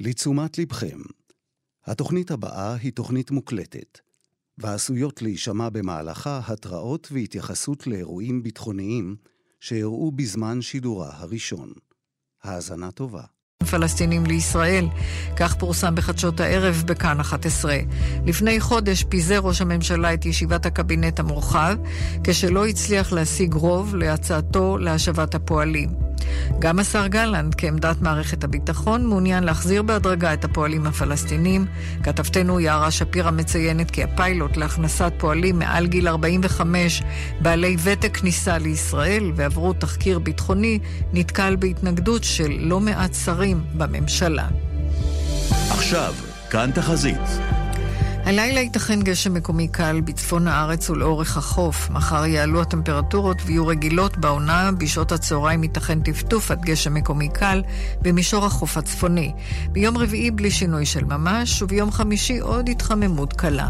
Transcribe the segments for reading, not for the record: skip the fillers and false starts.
לתשומת לבכם. התוכנית הבאה היא תוכנית מוקלטת, ועשויות להישמע במהלכה התראות והתייחסות לאירועים ביטחוניים שאירעו בזמן שידורה הראשון. האזנה טובה. פלסטינים לישראל, כך פורסם בחדשות הערב בכאן 11. לפני חודש פיזר ראש הממשלה את ישיבת הקבינט המורחב, כשלא הצליח להשיג רוב להצעתו להשבת הפועלים. גם השר גלנט, כעמדת מערכת הביטחון, מעוניין להחזיר בהדרגה את הפועלים הפלסטינים. כתבתנו יערה שפירא מציינת כי הפיילוט להכנסת פועלים מעל גיל 45 בעלי ותק כניסה לישראל ועברו תחקיר ביטחוני נתקל בהתנגדות של לא מעט שרים בממשלה. עכשיו, כאן תחזית. הלילה ייתכן גשם מקומי קל בצפון הארץ ולאורך החוף. מחר יעלו הטמפרטורות ויהיו רגילות בעונה. בשעות הצהריים ייתכן טפטוף עד גשם מקומי קל במישור החוף הצפוני. ביום רביעי בלי שינוי של ממש, וביום חמישי עוד התחממות קלה.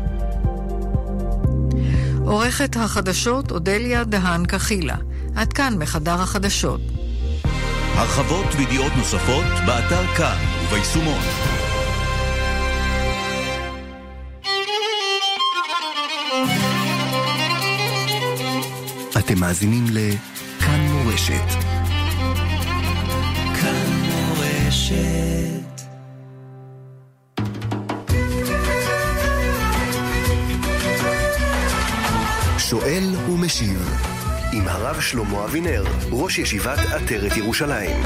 עורכת החדשות אודליה דהן כחילה. עד כאן מחדר החדשות. הרחבות וידיעות נוספות באתר כאן וביישומון. אתם מאזינים לכאן מורשת. כאן מורשת. שואל ומשיב עם הרב שלמה אבינר, ראש ישיבת עטרת ירושלים.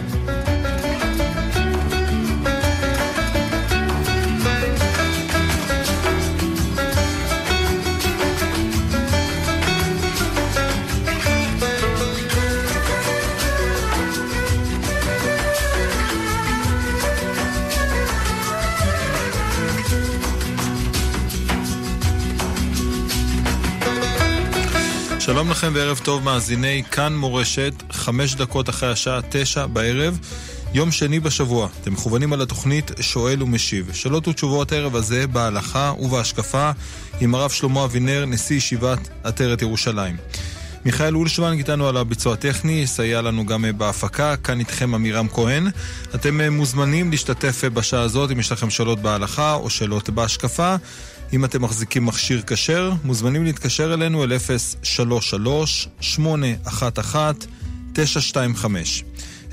שלום לכם וערב טוב מאזיני כאן מורשת, 5 דקות אחרי השעה 9 בערב, יום שני בשבוע. אתם מכוונים על התוכנית שואל ומשיב. שאלות ותשובות ערב הזה בהלכה ובהשקפה עם הרב שלמה אבינר, נשיא ישיבת עטרת ירושלים. מיכאל אולשוונג איתנו על הביצוע הטכני, יסייע לנו גם בהפקה. כאן איתכם אמירם כהן. אתם מוזמנים להשתתף בשעה הזאת אם יש לכם שאלות בהלכה או שאלות בהשקפה. אם אתם מחזיקים מכשיר כשר, מוזמנים להתקשר אלינו אל 033-811-925. 033-811-925.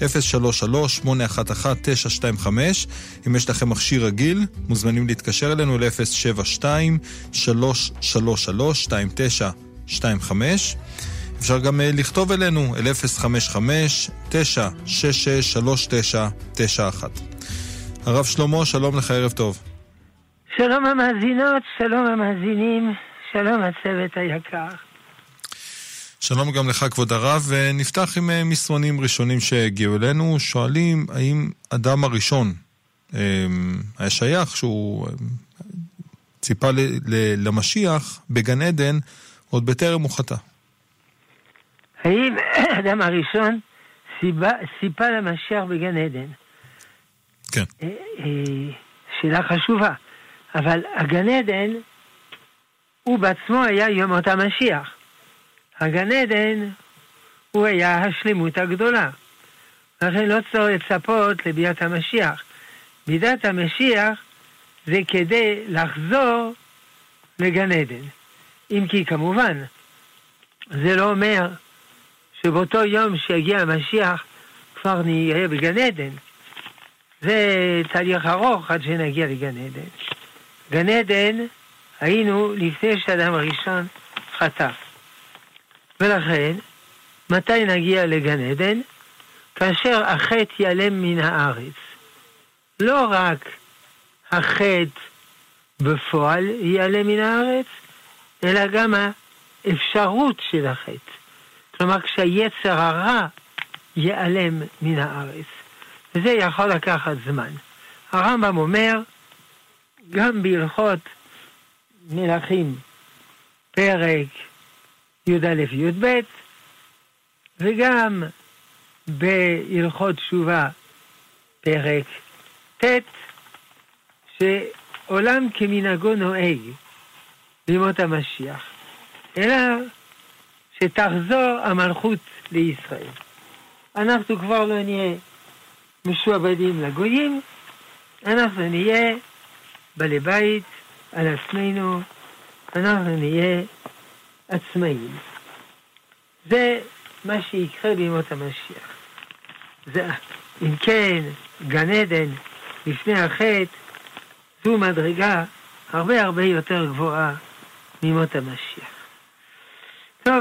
אם יש לכם מכשיר רגיל, מוזמנים להתקשר אלינו אל 072-333-2925. אפשר גם לכתוב אלינו אל 055-966-3991. הרב שלמה, שלום לך, ערב טוב. שלום המאזינות, שלום המאזינים, שלום הצוות היקר. שלום גם לך כבוד הרב, ונפתח עם מסרונים ראשונים שהגיעו אלינו. שואלים האם אדם הראשון היה שייך שהוא ציפה למשיח בגן עדן עוד בטרם הוא חטא. האם אדם הראשון ציפה למשיח בגן עדן? כן. שאלה חשובה. אבל הגן עדן הוא בעצמו היה ימות המשיח. הגן עדן הוא היה השלמות הגדולה. לכן לא צריך לצפות לביאת המשיח. ביאת המשיח זה כדי לחזור לגן עדן. אם כי כמובן זה לא אומר שבאותו יום שיגיע המשיח כבר נהיה בגן עדן. זה תהליך ארוך עד שנגיע לגן עדן. גן עדן היינו לפני שאדם הראשון חטא. ולכן, מתי נגיע לגן עדן? כאשר החטא ייעלם מן הארץ. לא רק החטא בפועל ייעלם מן הארץ, אלא גם האפשרות של החטא. כלומר, כשהיצר הרע ייעלם מן הארץ. וזה יכול לקחת זמן. הרמב"ם אומר, גם בהלכות מלכים, פרק י"א י"ב, וגם בהלכות תשובה, פרק ט', שעולם כמנהגו נוהג בימות המשיח, אלא שתחזור המלכות לישראל. אנחנו כבר לא נהיה משועבדים לגויים, אנחנו נהיה בעלי בית על עצמנו, אנחנו נהיה עצמאים. זה מה שיקרה בימות המשיח. זה, אם כן, גן עדן לפני החטא, זו מדרגה הרבה הרבה יותר גבוהה מימות המשיח. טוב,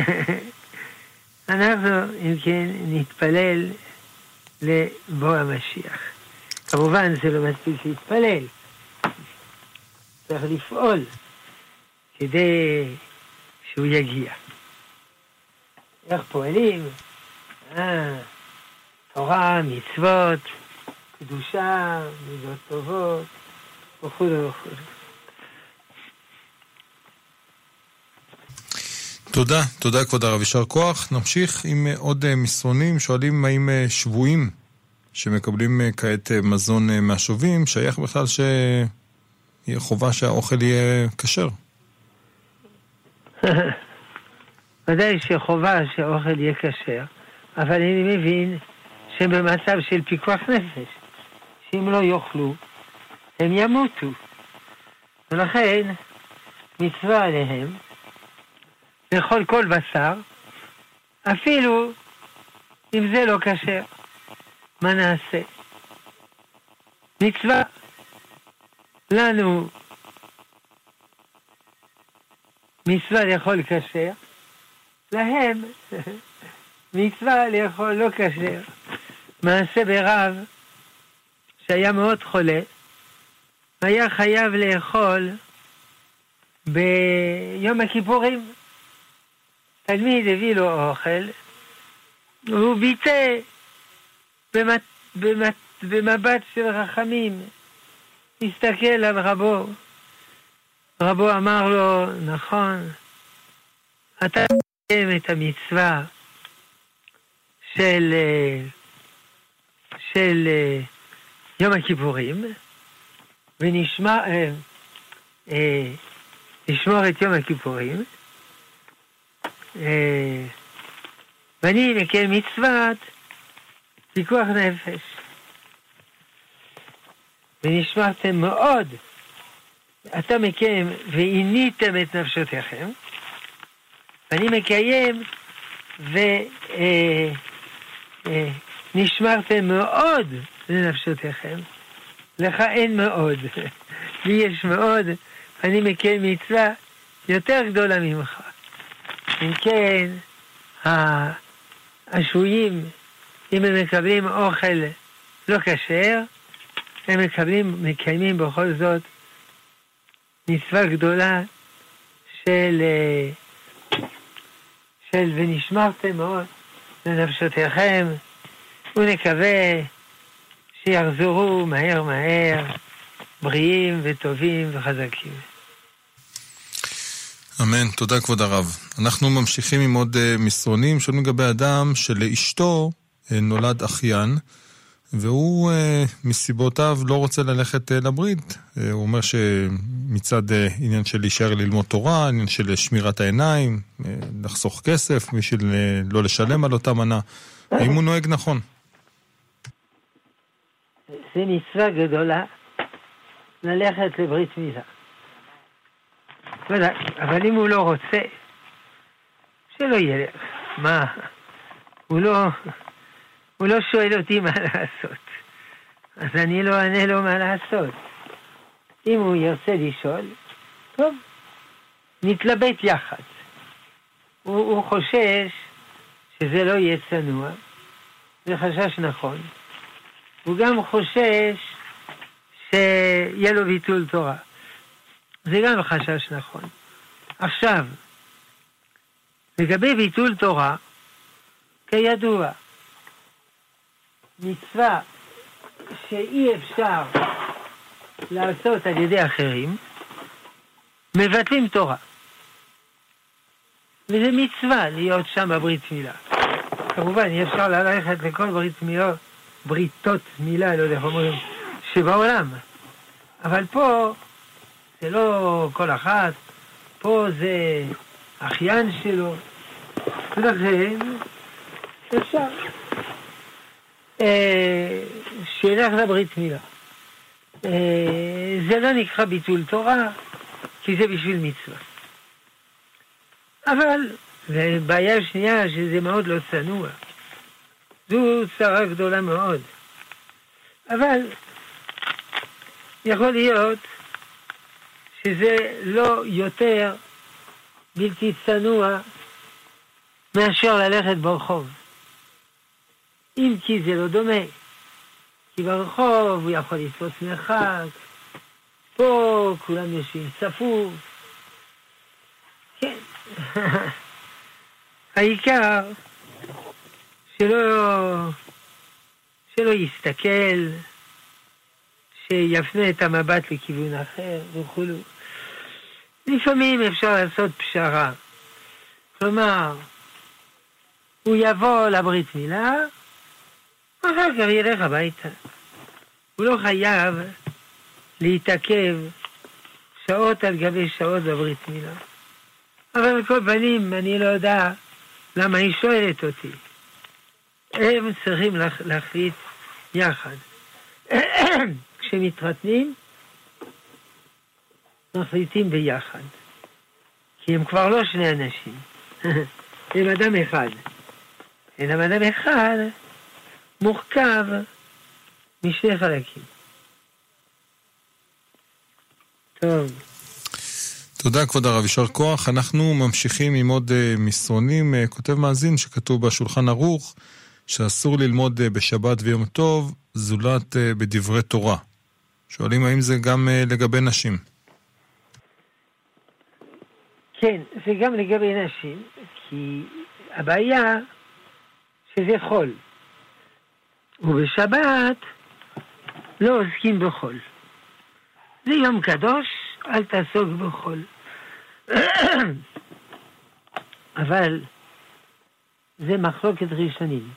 אנחנו אם כן נתפלל לבוא המשיח. כמובן זה לא מספיק להתפלל, צריך לפעול כדי שהוא יגיע. איך פועלים? תורה, מצוות, קדושה, מידות טובות, וכו' וכו'. תודה, תודה כבוד הרב, יישר כוח. נמשיך עם עוד מסרונים. שואלים האם שבויים שמקבלים כעת מזון מהשובים, שייך בכלל שיהיה חובה שהאוכל יהיה כשר? ודאי שחובה שהאוכל יהיה כשר, אבל אני מבין שהם במצב של פיקוח נפש, שאם לא יאכלו הם ימותו, ולכן מצווה עליהם לאכול כל בשר, אפילו אם זה לא כשר. מה נעשה? מצווה לנו מצווה לאכול כשר, להם מצווה לאכול לא כשר. מעשה ברב שהיה מאוד חולה, היה חייב לאכול ביום הכיפורים. תלמיד הביא לו אוכל, והוא ביטא במבט של רחמים, הסתכל על רבו. רבו אמר לו, נכון, אתה מקיים את המצווה של יום הכיפורים, ונשמור את יום הכיפורים, ואני מקיים מצוות פיקוח נפש. ונשמרתם מאוד, אתה מקיים ועיניתם את נפשותיכם, ואני מקיים ונשמרתם מאוד לנפשותיכם. לך אין מאוד, לי יש מאוד, אני מקיים מצווה יותר גדולה ממך. אם כן, השבויים, אם הם מקבלים אוכל לא כשר, הם מקיימים בכל זאת מצווה גדולה של ונשמרתם מאוד לנפשותיכם, ונקווה שיחזרו מהר בריאים וטובים וחזקים. אמן, תודה כבוד הרב. אנחנו ממשיכים עם עוד מסרונים. שואלים לגבי אדם שלאשתו נולד אחיין, והוא מסיבותיו לא רוצה ללכת לברית. הוא אומר שמצד עניין של להישאר ללמוד תורה, עניין של שמירת העיניים, לחסוך כסף בשביל לא לשלם על אותה מנה. האם הוא נוהג נכון? זה מצווה גדולה ללכת לברית מילה. אבל אם הוא לא רוצה, שלא ילך. מה? הוא לא שואל אותי מה לעשות. אז אני לא אענה לו מה לעשות. אם הוא ירצה לשאול, טוב, נתלבט יחד. הוא חושש שזה לא יהיה צנוע, זה חשש נכון. הוא גם חושש שיהיה לו ביטול תורה. זה גם חשש נכון. עכשיו, לגבי ביטול תורה, כידוע, מצווה שאי אפשר לעשות על ידי אחרים, מבטלים תורה. וזה מצווה להיות שם בברית מילה. כמובן, אי אפשר ללכת לכל בריתות מילה, לא יודע איך אומרים, שבעולם. אבל פה זה לא כל אחת, פה זה אחיין שלו, ולכן אפשר שילך לברית מילה. זה לא נקרא ביטול תורה, כי זה בשביל מצווה. אבל, בעיה שנייה, שזה מאוד לא צנוע. זו צרה גדולה מאוד. אבל, יכול להיות שזה לא יותר בלתי צנוע מאשר ללכת ברחוב. אם כי זה לא דומה. כי ברחוב הוא יכול לתפוס מרחק, פה כולם יושבים צפוף. כן. העיקר שלא יסתכל, שיפנה את המבט לכיוון אחר וכו'. לפעמים אפשר לעשות פשרה. כלומר, הוא יבוא לברית מילה, אחר כך ילך הביתה. הוא לא חייב להתעכב שעות על גבי שעות בברית מילה. אבל על כל פנים, אני לא יודע למה היא שואלת אותי. הם צריכים להחליט יחד. כשמתחתנים, מחליטים ביחד. כי הם כבר לא שני אנשים. הם אדם אחד. הם אדם אחד מורכב משני חלקים. טוב. תודה כבוד הרב, יישר כוח. אנחנו ממשיכים עם עוד מסרונים. כותב מאזין שכתוב בשולחן ערוך שאסור ללמוד בשבת ויום טוב זולת בדברי תורה. שואלים האם זה גם לגבי נשים. כן, זה גם לגבי נשים, כי הבעיה שזה חול. ובשבת לא עוסקים בחול. זה יום קדוש, אל תעסוק בחול. אבל זה מחלוקת ראשונים.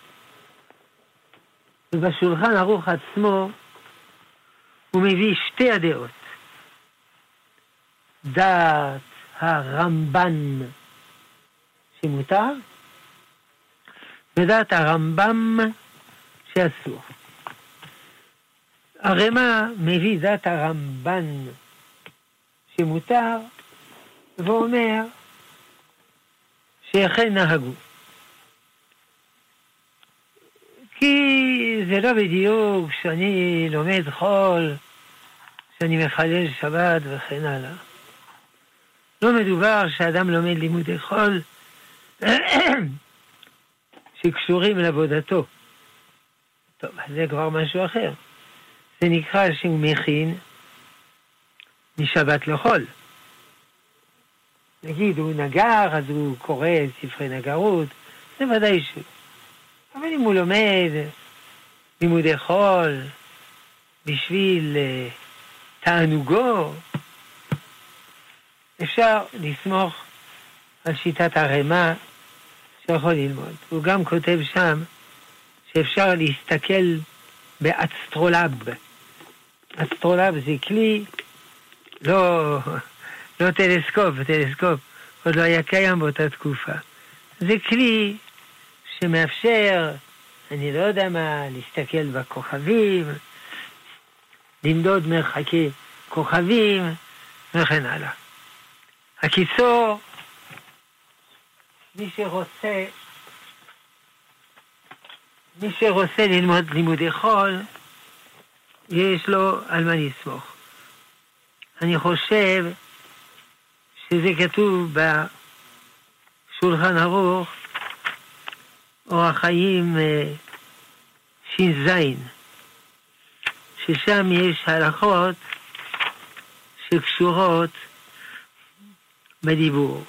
ובשולחן ערוך עצמו הוא מביא שתי הדעות. דעת הרמב"ן שמותר, ודעת הרמב"ם שאסור. הרמ"א מביא דעת הרמב"ן שמותר, ואומר שאכן נהגו. כי זה לא בדיוק שאני לומד חול, שאני מחלל שבת וכן הלאה. לא מדובר שאדם לומד לימודי חול שקשורים לעבודתו. טוב, זה כבר משהו אחר. זה נקרא שהוא מכין משבת לחול. נגיד, הוא נגר, אז הוא קורא ספרי נגרות, זה ודאי שהוא. אבל אם הוא לומד לימודי חול בשביל תענוגו, אפשר לסמוך על שיטת הרמ"א שיכול ללמוד. הוא גם כותב שם שאפשר להסתכל באסטרולב. אסטרולב זה כלי, לא טלסקופ, טלסקופ עוד לא היה קיים באותה תקופה. זה כלי שמאפשר, אני לא יודע מה, להסתכל בכוכבים, למדוד מרחקי כוכבים וכן הלאה. הקיצור, מי שרוצה ללמוד לימודי חול, יש לו על מה לסמוך. אני חושב שזה כתוב בשולחן ערוך, אורח חיים ש"ז, ששם יש הלכות שקשורות בדיבור.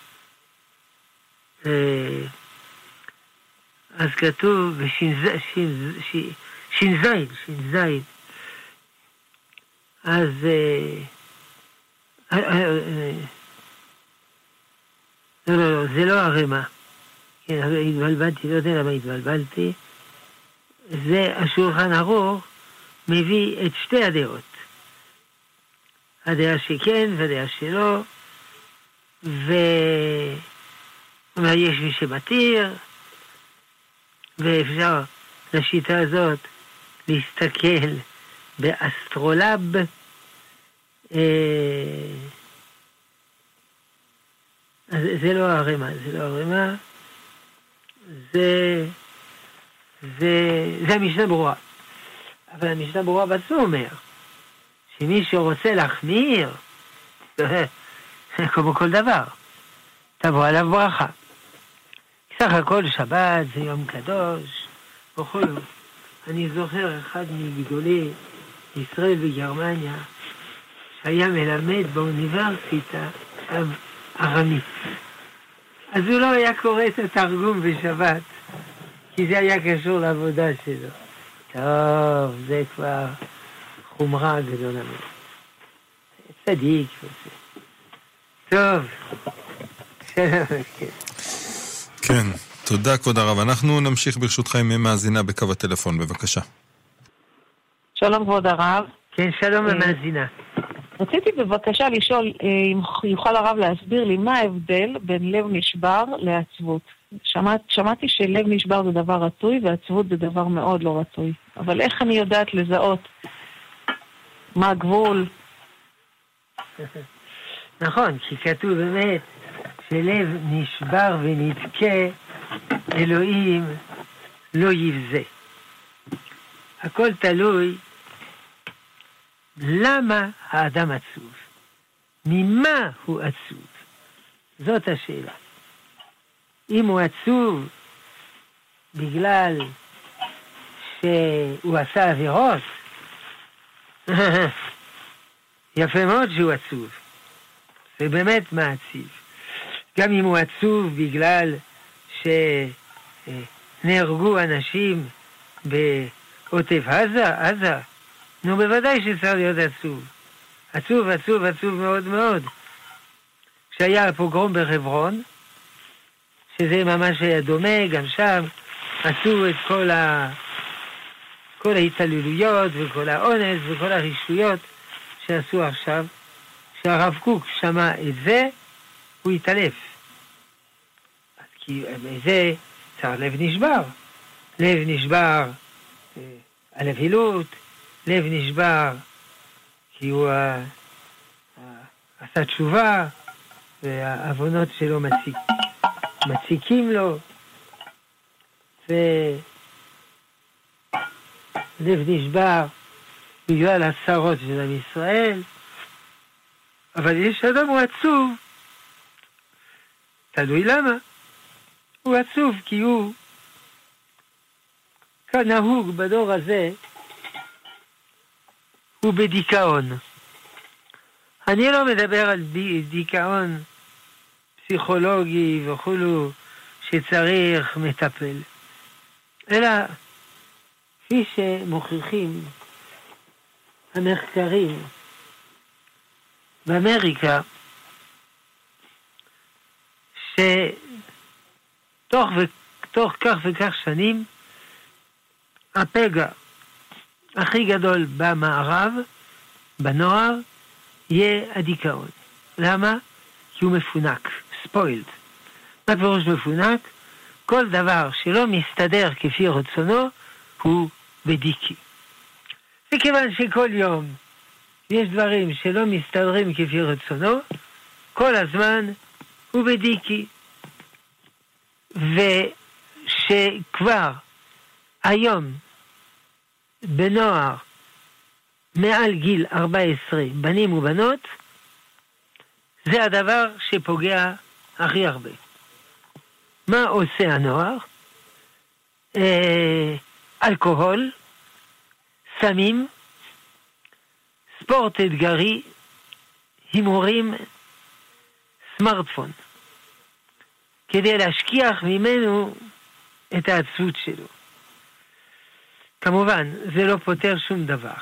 אז כתוב בש"ז, אז לא, זה לא הרמ"א. כן, התבלבלתי, לא יודע למה התבלבלתי. זה השולחן ערוך מביא את שתי הדעות. הדעה שכן והדעה שלא, יש מי שמתיר, ואפשר לשיטה הזאת להסתכל באסטרולב, זה לא הרמה, זה המשנה ברורה. אבל המשנה ברורה בעצמו אומר, שמי שרוצה להחמיר, כמו כל דבר, תבוא עליו ברכה. סך הכל שבת זה יום קדוש, בכל זאת. אני זוכר אחד מגדולי ישראל בגרמניה, שהיה מלמד באוניברסיטה, שם ארמית. אז הוא לא היה קורא את התרגום בשבת, כי זה היה קשור לעבודה שלו. טוב, זה כבר חומרה גדולה מאוד. צדיק. טוב. כן, תודה כבוד הרב. אנחנו נמשיך ברשותך עם מאזינה בקו הטלפון, בבקשה. שלום כבוד הרב. כן, שלום למאזינה. רציתי בבקשה לשאול אם יוכל הרב להסביר לי מה ההבדל בין לב נשבר לעצבות. שמעתי שלב נשבר זה דבר רצוי ועצבות זה דבר מאוד לא רצוי. אבל איך אני יודעת לזהות מה הגבול? נכון, כי כתוב באמת שלב נשבר ונתקה, אלוהים לא יבזה. הכל תלוי למה האדם עצוב. ממה הוא עצוב? זאת השאלה. אם הוא עצוב בגלל שהוא עשה עבירות, יפה מאוד שהוא עצוב. זה באמת מעציב. גם אם הוא עצוב בגלל שנהרגו אנשים בעוטף עזה, נו בוודאי שצריך להיות עצוב. עצוב מאוד מאוד. כשהיה הפוגרום בחברון, שזה ממש היה דומה, גם שם עשו את כל ההתעללויות וכל האונס וכל הרישויות שעשו עכשיו. כשהרב קוק שמע את זה, הוא התעלף. כי זה צריך לב נשבר. לב נשבר על אבילות, לב נשבר כי הוא עשה תשובה, והעוונות שלו מציקים לו, ולב נשבר בגלל הצרות של עם ישראל. אבל יש אדם הוא עצוב, תלוי למה. הוא עצוב כי הוא כנהוג בדור הזה, הוא בדיכאון. אני לא מדבר על דיכאון פסיכולוגי וכולו שצריך מטפל, אלא כפי שמוכיחים המחקרים באמריקה, שתוך כך וכך שנים הפגע הכי גדול במערב, בנוער, יהיה הדיכאון. למה? כי הוא מפונק, ספוילד. מה פירוש מפונק? כל דבר שלא מסתדר כפי רצונו, הוא בדיקי. וכיוון שכל יום יש דברים שלא מסתדרים כפי רצונו, כל הזמן הוא בדיקי. ושכבר היום בנוער מעל גיל 14, בנים ובנות, זה הדבר שפוגע הכי הרבה. מה עושה הנוער? אלכוהול, סמים, ספורט אתגרי, הימורים, סמארטפון, כדי להשכיח ממנו את העצבות שלו. כמובן, זה לא פותר שום דבר.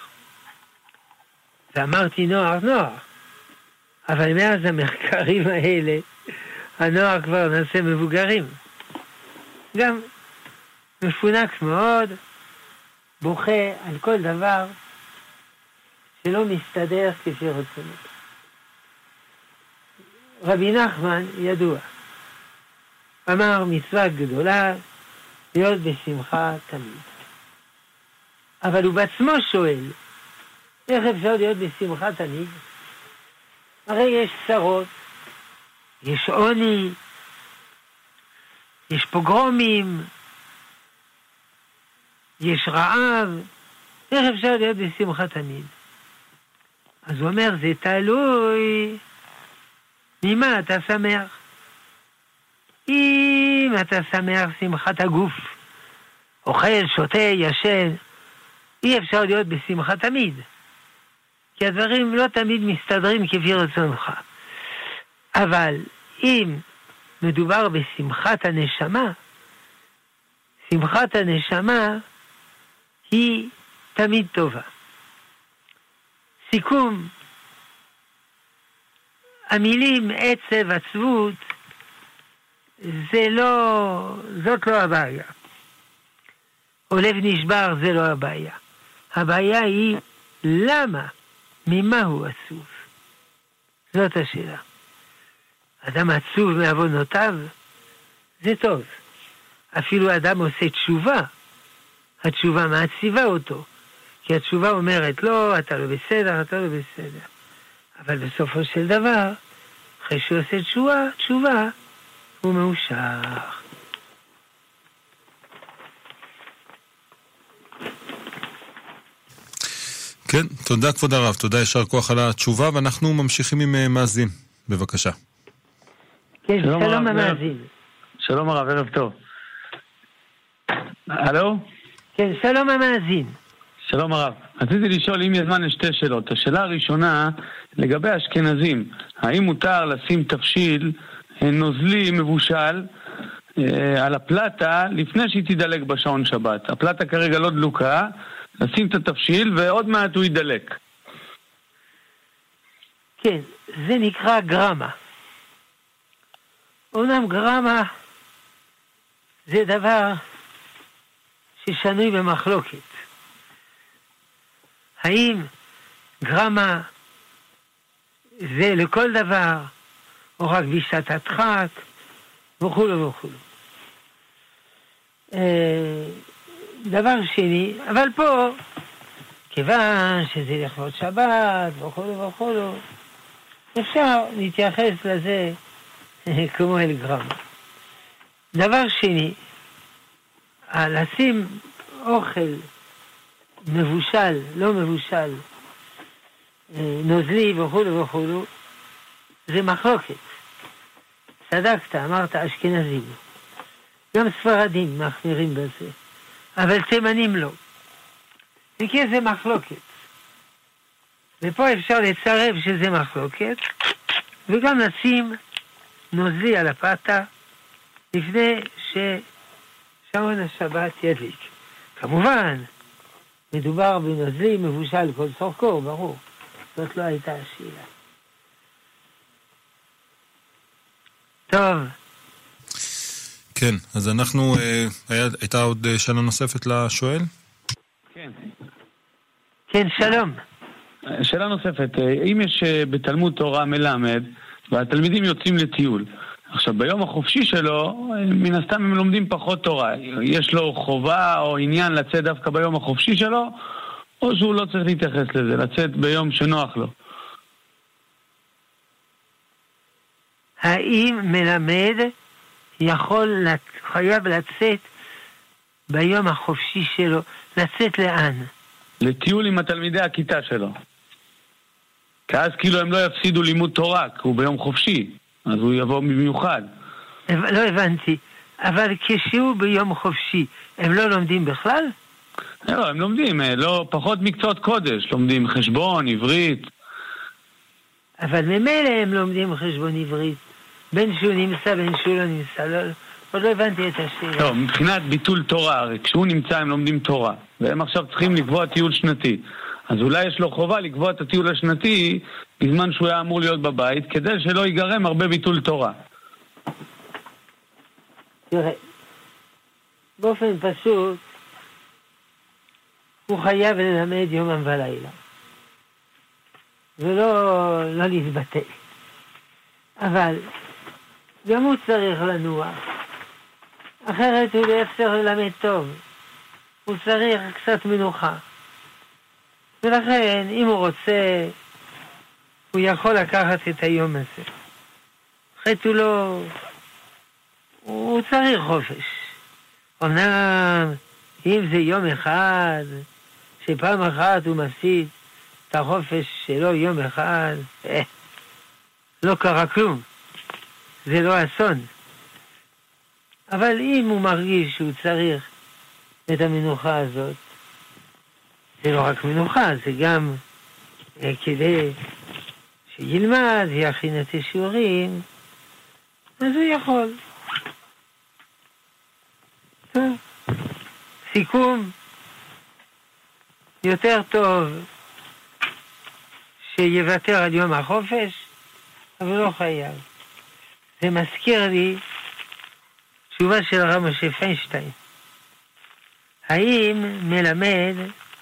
ואמרתי נוער, אבל מאז המחקרים האלה, הנוער כבר נעשה מבוגרים. גם מפונק מאוד, בוכה על כל דבר שלא מסתדר כפי רצונו. רבי נחמן ידוע, אמר מצווה גדולה להיות בשמחה תמיד. אבל הוא בעצמו שואל, איך אפשר להיות בשמחה תמיד? הרי יש צרות, יש עוני, יש פוגרומים, יש רעב, איך אפשר להיות בשמחה תמיד? אז הוא אומר, זה תלוי ממה אתה שמח. אם אתה שמח שמחת הגוף, אוכל, שותה, ישן, אי אפשר להיות בשמחה תמיד. כי הדברים לא תמיד מסתדרים כפי רצונך. אבל אם מדובר בשמחת הנשמה, שמחת הנשמה היא תמיד טובה. סיכום, המילים עצב, עצבות, זאת לא הבעיה. או לב נשבר, זה לא הבעיה. הבעיה היא למה, ממה הוא עצוב. זאת השאלה. אדם עצוב מעוונותיו, זה טוב. אפילו אדם עושה תשובה, התשובה מעציבה אותו. כי התשובה אומרת, לא, אתה לא בסדר, אתה לא בסדר. אבל בסופו של דבר, אחרי שהוא עושה תשובה, הוא מאושר. כן, תודה כבוד הרב, תודה ישר כוח על התשובה, ואנחנו ממשיכים עם מאזין, בבקשה. כן, שלום המאזין. שלום הרב, ערב טוב. הלו? כן, שלום המאזין. שלום הרב. רציתי לשאול אם יש זמן לשתי שאלות. השאלה הראשונה, לגבי אשכנזים, האם מותר לשים תבשיל נוזלי מבושל על הפלטה לפני שהיא תדלק בשעון שבת? הפלטה כרגע לא דלוקה, לשים את התבשיל ועוד מעט הוא ידלק. כן, זה נקרא גרמה. אומנם גרמה זה דבר ששנוי במחלוקת. האם גרמה זה לכל דבר, או רק בשעת הדחק, וכו' וכו'. דבר שני, אבל פה, כיוון שזה לכבוד שבת, וכו' וכו', אפשר להתייחס לזה כמו אל גרמה. דבר שני, לשים אוכל מבושל, לא מבושל, נוזלי וכו' וכו', זה מחלוקת. צדקת, אמרת אשכנזים. גם ספרדים מחמירים בזה, אבל תימנים לא. וכי זה מחלוקת. ופה אפשר לצרף שזה מחלוקת, וגם לשים נוזלי על הפלטה לפני ששעון השבת ידליק. כמובן, מדובר בנוזלי מבושל כל צורכו, ברור. זאת לא הייתה השאלה. טוב. כן, אז אנחנו, הייתה עוד שאלה נוספת לשואל? כן. כן, שלום. שאלה נוספת, אם יש בתלמוד תורה מלמד, והתלמידים יוצאים לטיול, עכשיו ביום החופשי שלו, מן הסתם הם לומדים פחות תורה, יש לו חובה או עניין לצאת דווקא ביום החופשי שלו, או שהוא לא צריך להתייחס לזה, לצאת ביום שנוח לו? האם מלמד חייב לצאת ביום החופשי שלו? לצאת לאן? לטיול עם התלמידי הכיתה שלו. כי אז כאילו הם לא יפסידו לימוד תורה, כי הוא ביום חופשי, אז הוא יבוא במיוחד. לא הבנתי, אבל כשהוא ביום חופשי, הם לא לומדים בכלל? לא, הם לומדים, לא, פחות מקצועות קודש, לומדים חשבון, עברית. אבל ממילא הם לומדים חשבון עברית. בין שהוא נמצא, בין שהוא לא נמצא. עוד לא הבנתי את השאלה. לא, מבחינת ביטול תורה, הרי כשהוא נמצא הם לומדים תורה. והם עכשיו צריכים לקבוע טיול שנתי. אז אולי יש לו חובה לקבוע את הטיול השנתי בזמן שהוא היה אמור להיות בבית, כדי שלא ייגרם הרבה ביטול תורה. תראה, באופן פשוט, הוא חייב ללמד יומם ולילה. ולא להתבטא. אבל גם הוא צריך לנוע. אחרת הוא לא יצטרך ללמד טוב. הוא צריך קצת מנוחה. ולכן, אם הוא רוצה, הוא יכול לקחת את היום הזה. אחרת הוא צריך חופש. אמנם, אם זה יום אחד, שפעם אחת הוא מפסיד את החופש שלו יום אחד, לא קרה כלום. זה לא אסון. אבל אם הוא מרגיש שהוא צריך את המנוחה הזאת, זה לא רק מנוחה, זה גם כדי שילמד ויכין את השיעורים, אז הוא יכול. טוב. סיכום, יותר טוב שיוותר על יום החופש, אבל לא חייב. זה מזכיר לי תשובה של הרב משה פיינשטיין. האם מלמד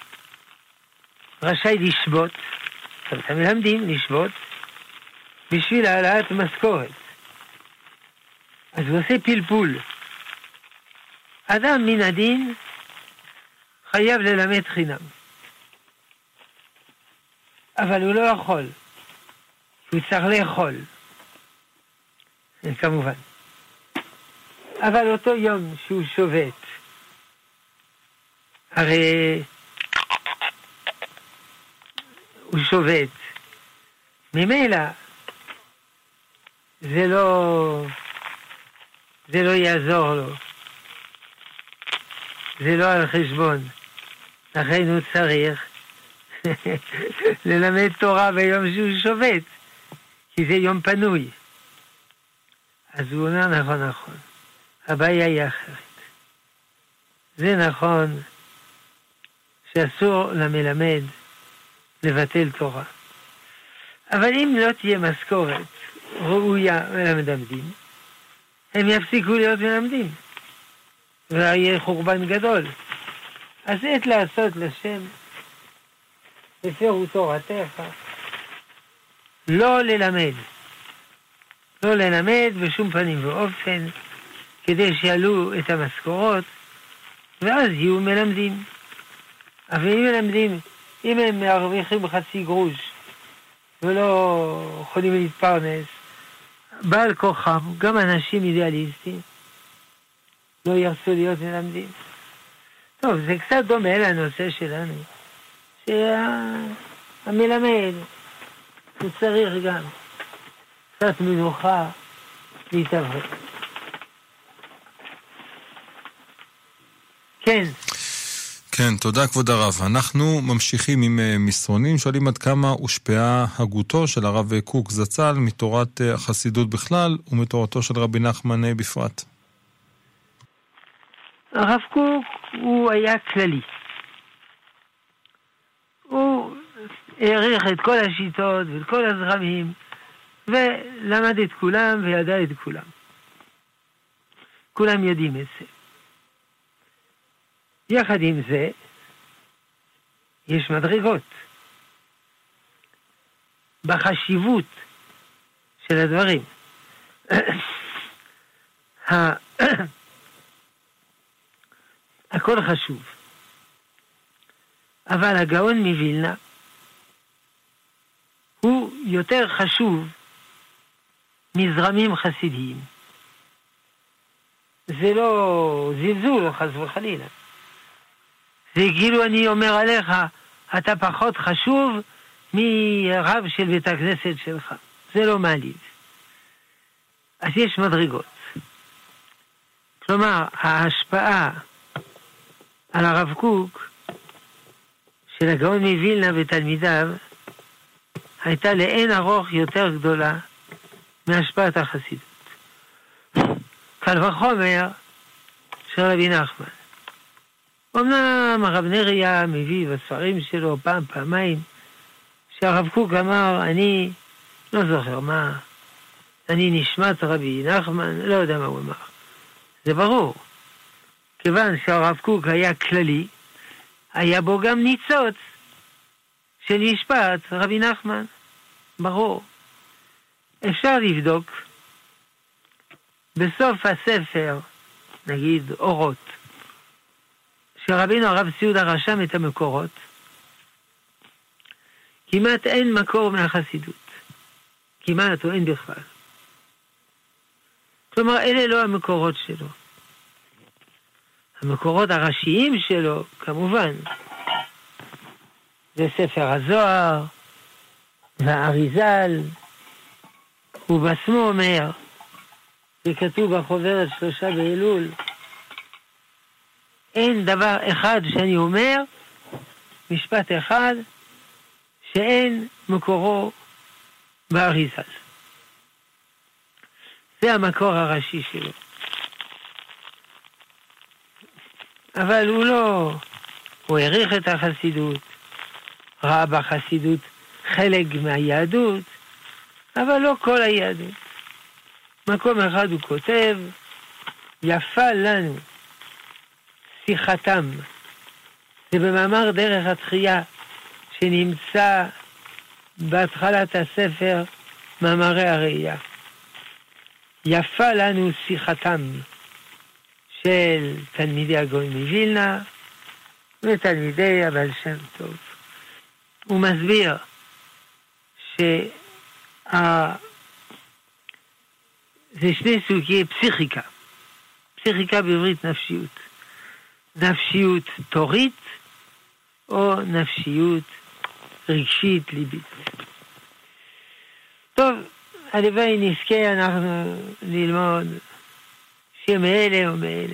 רשאי לשבות, את המלמדים לשבות, בשביל העלאת משכורת? אז הוא עושה פלפול. אדם מן הדין חייב ללמד חינם. אבל הוא לא יכול. הוא צריך לאכול. כמובן. אבל אותו יום שהוא שובת, הרי הוא שובת. ממילא זה לא יעזור לו. זה לא על חשבון. לכן הוא צריך ללמד תורה ביום שהוא שובת, כי זה יום פנוי. אז הוא אומר נכון. הבעיה היא אחרת. זה נכון שאסור למלמד לבטל תורה. אבל אם לא תהיה משכורת ראויה למלמדים, הם יפסיקו להיות מלמדים. ויהיה חורבן גדול. אז עת לעשות לשם הפרו תורתך, לא ללמד. לא ללמד בשום פנים ואופן, כדי שיעלו את המשכורות, ואז יהיו מלמדים. אבל אם מלמדים, אם הם מרוויחים חצי גרוש, ולא יכולים להתפרנס, בעל כוחם, גם אנשים אידיאליסטים, לא ירצו להיות מלמדים. טוב, זה קצת דומה לנושא שלנו, שהמלמד, הוא צריך גם קצת מנוחה להתעבר. כן. כן, תודה כבוד הרב. אנחנו ממשיכים עם מסרונים, שואלים עד כמה הושפעה הגותו של הרב קוק זצ"ל מתורת החסידות בכלל ומתורתו של רבי נחמן בפרט. הרב קוק הוא היה כללי. הוא העריך את כל השיטות ואת כל הזרמים, ולמד את כולם וידע את כולם. כולם יודעים את זה. יחד עם זה, יש מדרגות בחשיבות של הדברים. הכל חשוב. אבל הגאון מווילנה הוא יותר חשוב מזרמים חסידיים. זה לא זלזול, חס וחלילה. זה כאילו אני אומר עליך, אתה פחות חשוב מרב של בית הכנסת שלך. זה לא מעליב. אז יש מדרגות. כלומר, ההשפעה על הרב קוק של הגאון מווילנה ותלמידיו הייתה לאין ארוך יותר גדולה מהשפעת החסידות. קל וחומר של רבי נחמן. אמנם הרב נריה מביא בספרים שלו פעמיים שהרב קוק אמר, אני לא זוכר מה, אני נשמת רבי נחמן, לא יודע מה הוא אמר. זה ברור. כיוון שהרב קוק היה כללי, היה בו גם ניצוץ של משפט רבי נחמן. ברור. אפשר לבדוק בסוף הספר, נגיד אורות, שרבינו הרב ציודה רשם את המקורות, כמעט אין מקור מהחסידות. כמעט או אין בכלל. כלומר, אלה לא המקורות שלו. המקורות הראשיים שלו, כמובן, זה ספר הזוהר, והאריזל, ובעצמו אומר, זה כתוב בחוברת 3 באלול, אין דבר אחד שאני אומר, משפט אחד, שאין מקורו באריזל. זה המקור הראשי שלו. אבל הוא העריך את החסידות, ראה בחסידות חלק מהיהדות, אבל לא כל היהדות. מקום אחד הוא כותב, יפה לנו שיחתם. זה במאמר דרך התחייה, שנמצא בהתחלת הספר מאמרי הראייה. יפה לנו שיחתם של תלמידי הגאון מווילנה ותלמידי הבעל שם טוב. הוא מסביר זה שני סוגי פסיכיקה. פסיכיקה בעברית נפשיות. נפשיות תורית או נפשיות רגשית ליבית. טוב, הלוואי נזכה אנחנו ללמוד שמאלה או מאלה.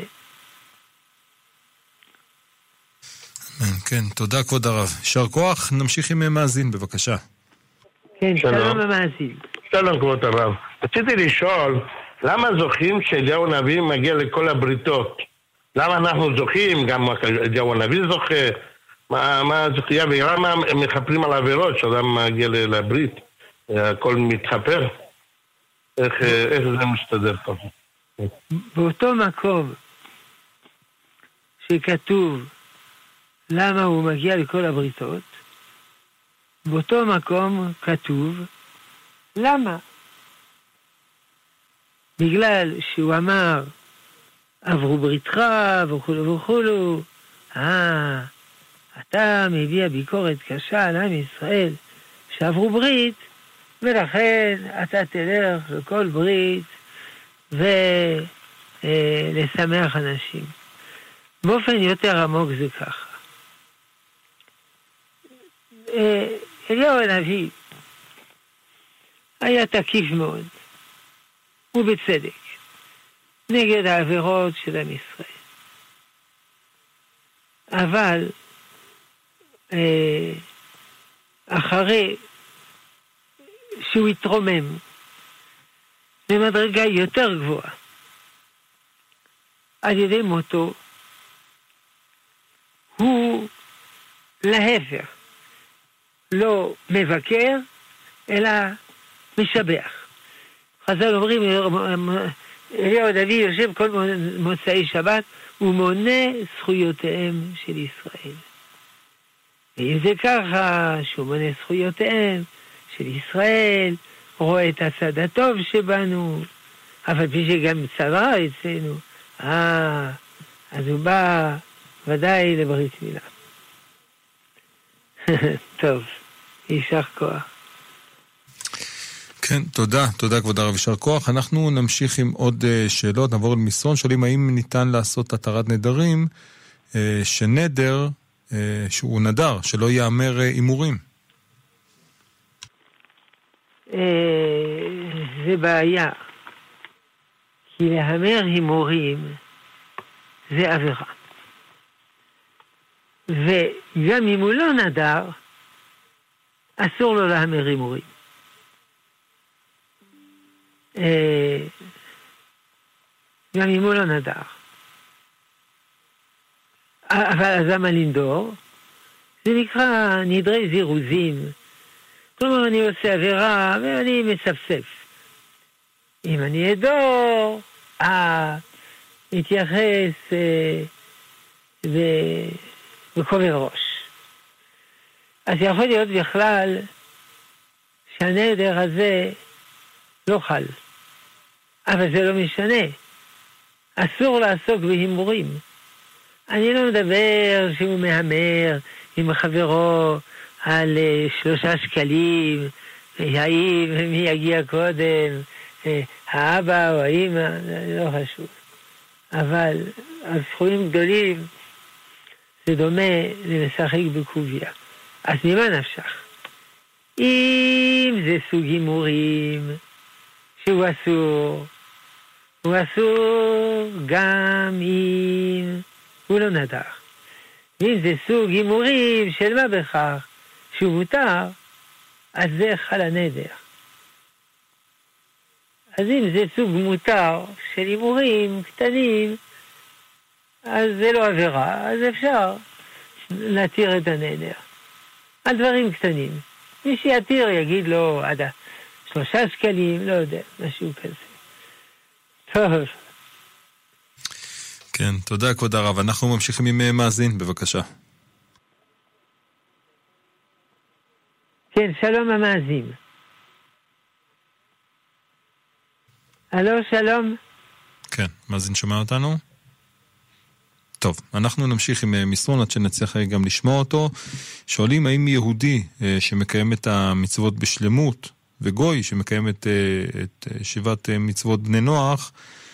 כן, תודה כבוד הרב. יישר כוח, נמשיך עם מאזין, בבקשה. כן, שלום המאזין. שלום כבוד הרב. רציתי לשאול, למה זוכים שאליהו הנביא מגיע לכל הבריתות? למה אנחנו זוכים? גם אליהו הנביא זוכה? מה זוכיה? ולמה מחפרים על עבירות שאדם מגיע לברית? הכל מתחפר? איך זה מסתדר פה? באותו מקום שכתוב למה הוא מגיע לכל הבריתות, באותו מקום כתוב למה? בגלל שהוא אמר עברו בריתך וכולו וכולו, אתה מביע ביקורת קשה על עם ישראל שעברו ברית, ולכן אתה תלך לכל ברית ולשמח אנשים. באופן יותר עמוק זה ככה. אליהו הנביא היה תקיף מאוד, ובצדק, נגד העבירות של עם ישראל. אבל אחרי שהוא התרומם למדרגה יותר גבוהה על ידי מותו, הוא להפך לא מבקר אלא משבח. חז"ל אומרים, אליהו הנביא יושב כל מוצאי שבת ומונה זכויותיהם של ישראל. ואם זה ככה שהוא מונה זכויותיהם של ישראל, רואה את הצד הטוב שבנו, אבל פי שגם צד רע אצלנו, אז הוא בא ודאי לברית מילה. טוב, יישר כוח. כן, תודה כבוד הרב, יישר כוח. אנחנו נמשיך עם עוד שאלות, נעבור למסרון, שואלים האם ניתן לעשות התרת נדרים, שנדר, שהוא נדר, שלא יאמר אימורים. זה בעיה, כי להמר הימורים זה עבירה. וגם אם הוא לא נדר, אסור לו להמר הימורים. גם אם הוא לא נדר. אבל אז למה לנדור? זה נקרא נדרי זירוזים. כלומר, אני עושה עבירה ואני מספסף. אם אני אדור, מתייחס בכובד ראש. אז יכול להיות בכלל שהנדר הזה לא חל. אבל זה לא משנה. אסור לעסוק בהימורים. אני לא מדבר שהוא מהמר עם חברו על 3 שקלים, האם מי יגיע קודם, האבא או האמא, זה לא חשוב. אבל על סכומים גדולים זה דומה למשחק בקוביה. אז ממה נפשך? אם זה סוג הימורים שהוא אסור, הוא אסור גם אם הוא לא נדר. ואם זה סוג הימורים של מה בכך שהוא מותר, אז זה חל הנדר. אז אם זה סוג מותר של הימורים קטנים, אז זה לא עבירה, אז אפשר להתיר את הנדר. על דברים קטנים. מי שיתיר יגיד לו עד 3 שקלים, לא יודע, משהו כזה. טוב. כן, תודה כבוד הרב. אנחנו ממשיכים עם מאזין, בבקשה. כן, שלום המאזין. הלו, שלום. כן, מאזין שומע אותנו? טוב, אנחנו נמשיך עם מסרון עד שנצליח גם לשמוע אותו. שואלים האם יהודי שמקיים את המצוות בשלמות וגוי שמקיים את שבעת מצוות בני נוח,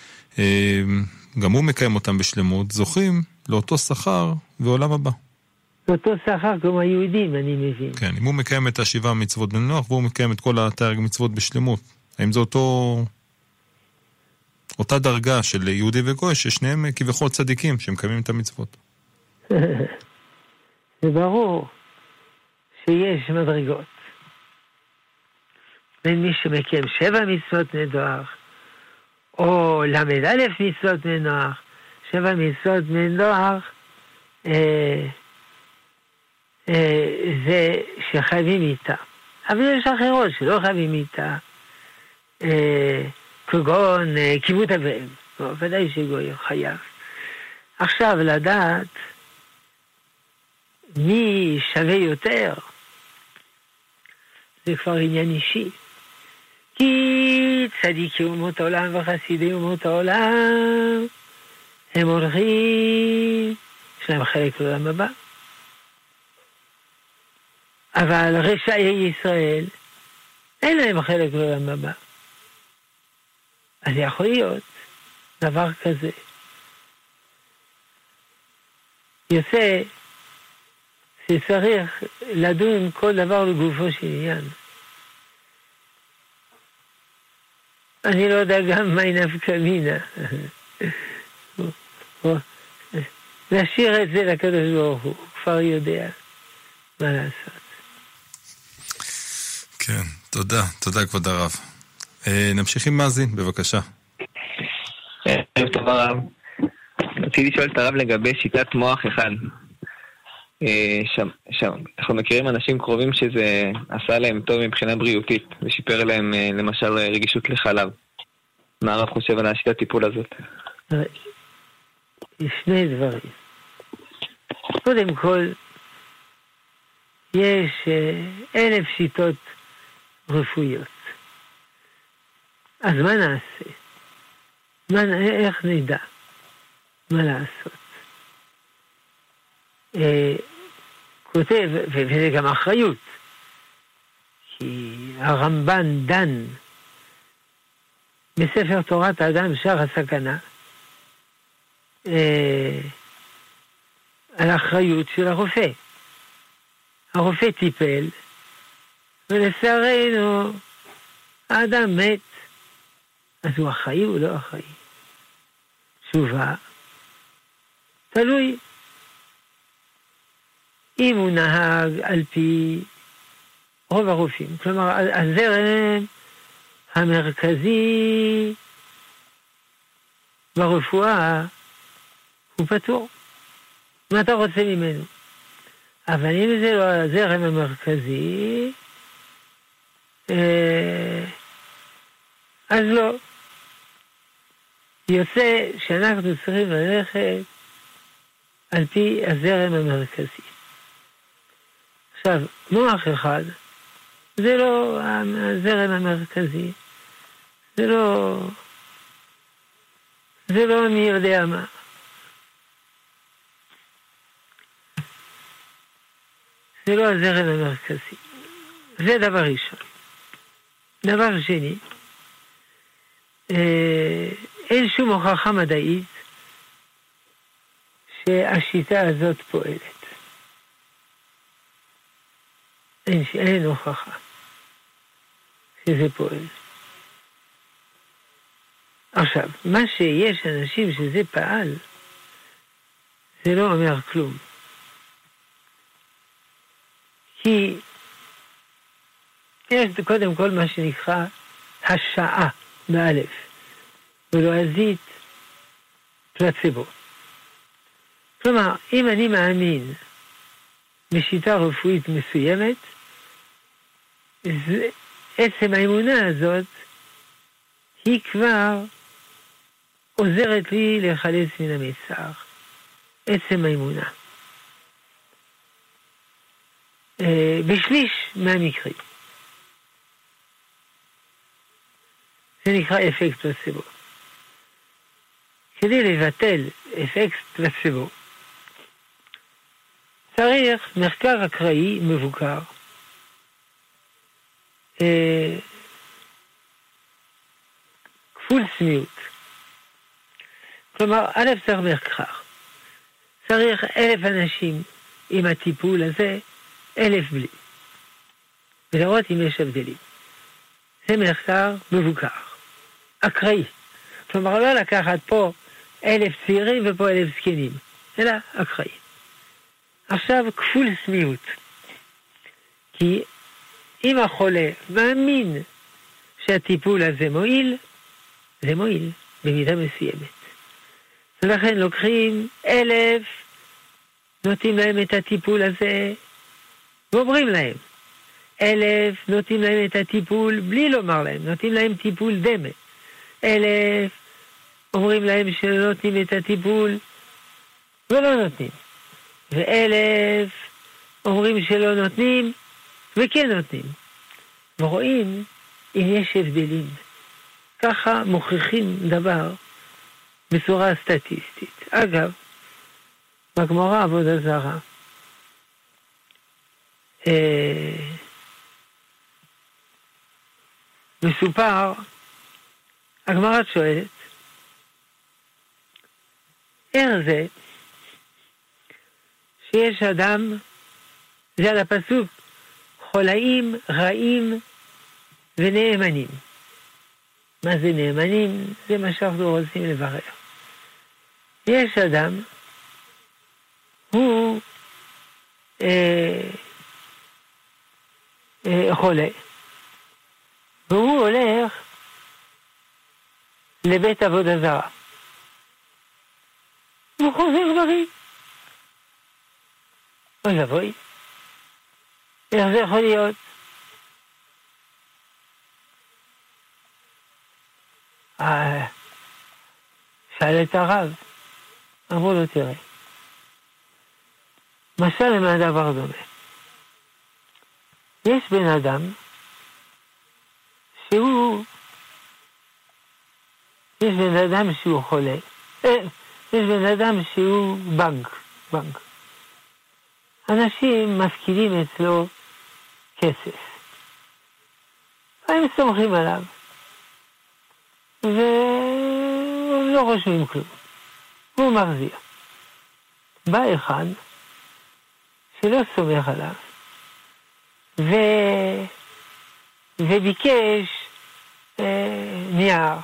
גם הוא מקיים אותם בשלמות, זוכים לאותו שכר ועולם הבא. לאותו שכר כמו היהודים, אני מבין. כן, אם הוא מקיים את 7 מצוות בני נוח והוא מקיים את כל התרי"ג מצוות בשלמות, האם זה אותה דרגה של יהודי וגוי ששניהם כביכול צדיקים שמקיימים את המצוות? זה ברור שיש מדרגות. בין מי שמקיים 7 מצוות בני נוח, או למד א' מצוות בני נוח, 7 מצוות בני נוח, זה שחייבים איתה. אבל יש אחרות שלא חייבים איתה, כגון כיבוד אב ואם, ודאי שגוי חייב. עכשיו לדעת מי שווה יותר, זה כבר עניין אישי. כי צדיקי אומות העולם וחסידי אומות העולם, הם הולכים, יש להם חלק לעולם הבא. אבל רשעי ישראל, אין להם חלק לעולם הבא. אז יכול להיות דבר כזה. יוצא שצריך לדון כל דבר לגופו של עניין. אני לא יודע גם מה נפקא מינה. להשאיר את זה לקדוש ברוך הוא כבר יודע מה לעשות. כן, תודה כבוד הרב. נמשיך עם מאזין, בבקשה. טוב הרב, רציתי לשאול את הרב לגבי שיטת מוח אחד. אנחנו מכירים אנשים קרובים שזה עשה להם טוב מבחינה בריאותית, ושיפר להם למשל רגישות לחלב. מה הרב חושב על השיטת טיפול הזאת? שני דברים. קודם כל, יש 1,000 שיטות רפואיות. אז מה נעשה? איך נדע? מה לעשות? כותב, וזה גם אחריות, כי הרמב"ן דן בספר תורת האדם שער הסכנה על האחריות של הרופא. הרופא טיפל, ולצערנו האדם מת, אז הוא אחראי או לא אחראי? תשובה, תלוי. אם הוא נהג על פי רוב הרופאים, כלומר הזרם המרכזי ברפואה הוא פטור. מה אתה רוצה ממנו? אבל אם זה לא הזרם המרכזי, אז לא. יוצא שאנחנו צריכים ללכת על פי הזרם המרכזי. עכשיו, מוח אחד, זה לא הזרם המרכזי, זה לא מי יודע מה. זה לא הזרם המרכזי. זה דבר ראשון. דבר שני, אין שום הוכחה מדעית שהשיטה הזאת פועלת. אין הוכחה שזה פועל. עכשיו, מה שיש אנשים שזה פעל, זה לא אומר כלום. כי יש קודם כל מה שנקרא השעה באלף, ולועזית פלצבו. כלומר, אם אני מאמין בשיטה רפואית מסוימת, עצם האמונה הזאת היא כבר עוזרת לי להיחלץ מן המצר. עצם האמונה. בשליש מהמקרים. זה נקרא אפקט פלצבו. כדי לבטל אפקט פלצבו, צריך מחקר אקראי מבוקר. כפול סמיות. כלומר, א' צריך מחקר. צריך 1,000 אנשים עם הטיפול הזה, 1,000 בלי. ולראות אם יש הבדלים. זה מחקר מבוקר. אקראי. כלומר, לא לקחת פה 1,000 צעירים ופה 1,000 זקנים, אלא אקראי. עכשיו, כפול סמיות. כי אם החולה מאמין שהטיפול הזה מועיל, זה מועיל במידה מסוימת. ולכן לוקחים 1,000, נותנים להם את הטיפול הזה, ואומרים להם, 1,000 נותנים להם את הטיפול בלי לומר להם, נותנים להם טיפול דמה. 1,000 אומרים להם שלא נותנים את הטיפול, ולא נותנים. ו1,000 אומרים שלא נותנים, וכן נותנים. ורואים אם יש הבדלים. ככה מוכיחים דבר בצורה סטטיסטית. אגב, בגמרא עבודה זרה, מסופר, הגמרא שואלת, איך זה שיש אדם, זה על הפסוק, חולאים, רעים ונאמנים. מה זה נאמנים? זה מה שאנחנו רוצים לברר. יש אדם, הוא חולה, והוא הולך לבית עבודה זרה. הוא חוזר בריא. אוי לבוי. איך זה יכול להיות? שאל את הרב, אמרו לו תראה, משל למה דבר דומה. יש בן אדם יש בן אדם שהוא חולה, יש בן אדם שהוא בנק. אנשים מפקידים אצלו כסף. הם סומכים עליו. ולא רושמים כלום. הוא מחזיר. בא אחד שלא סומך עליו, וביקש נייר.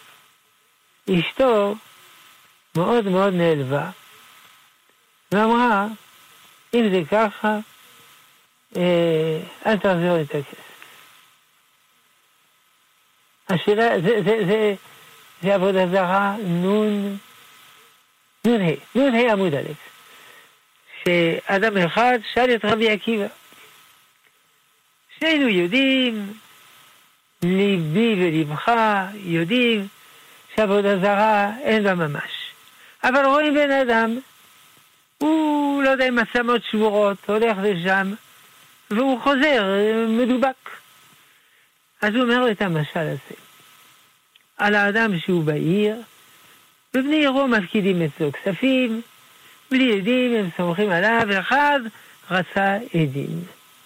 אשתו מאוד מאוד נעלבה, ואמרה, אם זה ככה, אל תחזיר את הכסף. השאלה, זה עבודה זרה, נון עמוד א', שאדם אחד שאל את רבי עקיבא, שנינו יודעים, ליבי ולבך יודעים, שעבודה זרה אין בה ממש. אבל רואים בן אדם, הוא לא יודע עם עצמות שבורות, הולך לשם, והוא חוזר, מדובק. אז הוא אומר את המשל הזה. על האדם שהוא בעיר, ובני עירו מפקידים אצלו כספים, בלי יודעים, הם סומכים עליו, אחד רצה עדים.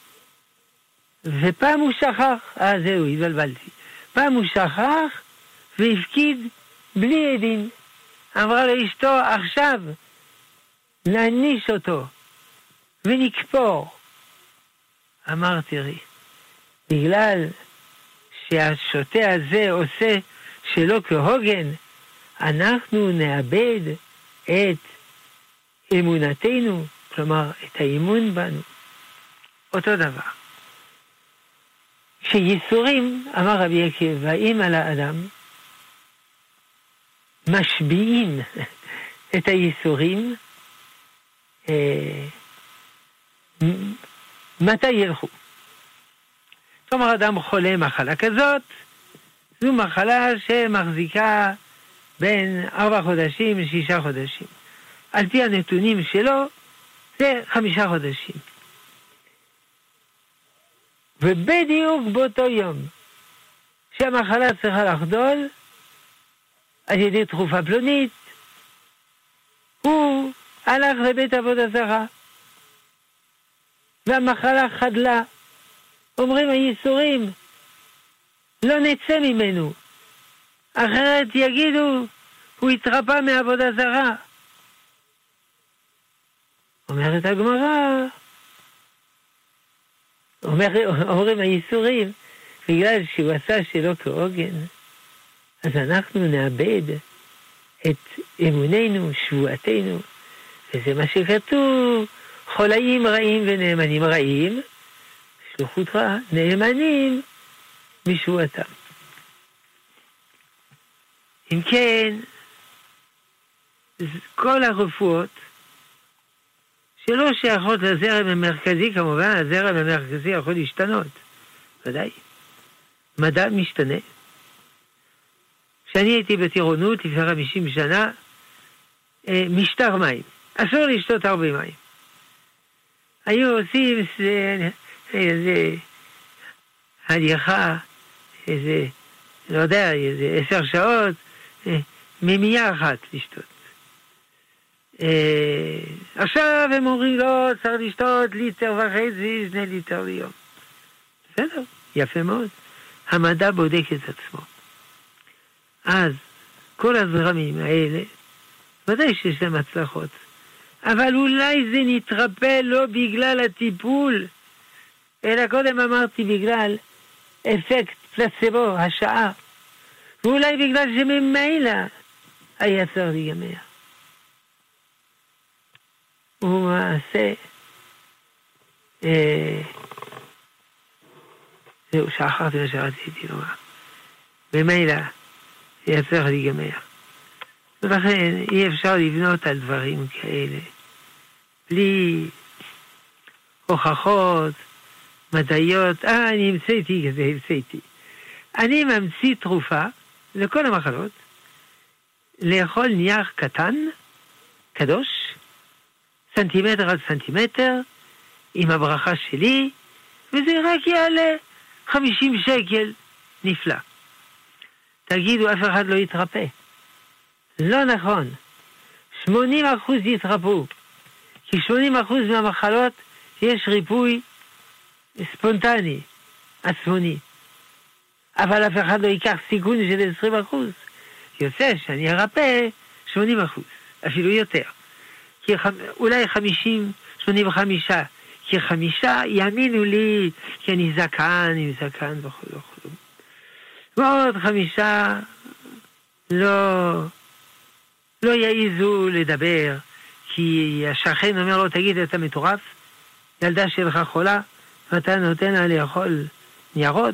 ופעם הוא שכח, זהו, התבלבלתי. פעם הוא שכח והפקיד בלי עדים. אמרה לו אשתו, עכשיו להניש אותו ונקפור. אמר, תראי, בגלל שהשוטה הזה עושה שלא כהוגן, אנחנו נאבד את אמונתנו, כלומר את האמון בנו. אותו דבר. שיסורים, אמר רבי עקיבא, באים על האדם, משביעים את היסורים, מתי ילכו? כלומר, אדם חולה מחלה כזאת, זו מחלה שמחזיקה בין 4 חודשים ל6 חודשים. על פי הנתונים שלו, זה 5 חודשים. ובדיוק באותו יום שהמחלה צריכה לחדול, על ידי תרופה פלונית, הוא הלך לבית עבודה זרה, והמחלה חדלה. אומרים היסורים, לא נצא ממנו, אחרת יגידו, הוא התרפא מעבודה זרה. אומרת הגמרא, אומרים היסורים, בגלל שהוא עשה שלא כהוגן, אז אנחנו נאבד את אמוננו, שבועתנו, וזה מה שכתוב, חולאים רעים ונאמנים רעים, שלוחותך נאמנים משבועתם. אם כן, כל הרפואות שלא שייכות לזרם המרכזי, כמובן הזרם המרכזי יכול להשתנות, ודאי. מדע משתנה. כשאני הייתי בטירונות לפני 50 שנה, משטר מים. אסור לשתות הרבה מים. היו עושים איזה הליכה, איזה, לא יודע, איזה 10 שעות, ממייה אחת לשתות. עכשיו הם אומרים לא, צריך לשתות 1.5 ליטר, 2 ליטר ליום. בסדר, יפה מאוד. המדע בודק את עצמו. אז כל הזרמים האלה, ודאי שיש להם הצלחות, אבל אולי זה נתרפא לא בגלל הטיפול, אלא קודם אמרתי בגלל אפקט פלצבו, השעה, ואולי בגלל שממילא היה צריך להיגמר. ומעשה, זהו, שכחתי מה שרציתי לומר. ממילא היה צריך להיגמר. ולכן אי אפשר לבנות על דברים כאלה, בלי הוכחות מדעיות. אני המצאתי כזה, המצאתי. אני ממציא תרופה לכל המחלות, לאכול נייר קטן, קדוש, סנטימטר על סנטימטר, עם הברכה שלי, וזה רק יעלה 50 שקל, נפלא. תגידו, אף אחד לא יתרפא. לא נכון. 80% יתרפאו. כי 80% מהמחלות יש ריפוי ספונטני, עצמוני. אבל אף אחד לא ייקח סיכון של 20%. יוצא שאני ארפא 80%, אפילו יותר. כי אולי 50, 85, כי 5 יאמינו לי, כי אני זקן, עם זקן וכו' וכו'. ועוד 5 לא יעיזו לדבר, כי השכן אומר לו, תגיד, אתה מטורף? ילדה שלך חולה, ואתה נותן לה לאכול ניירות,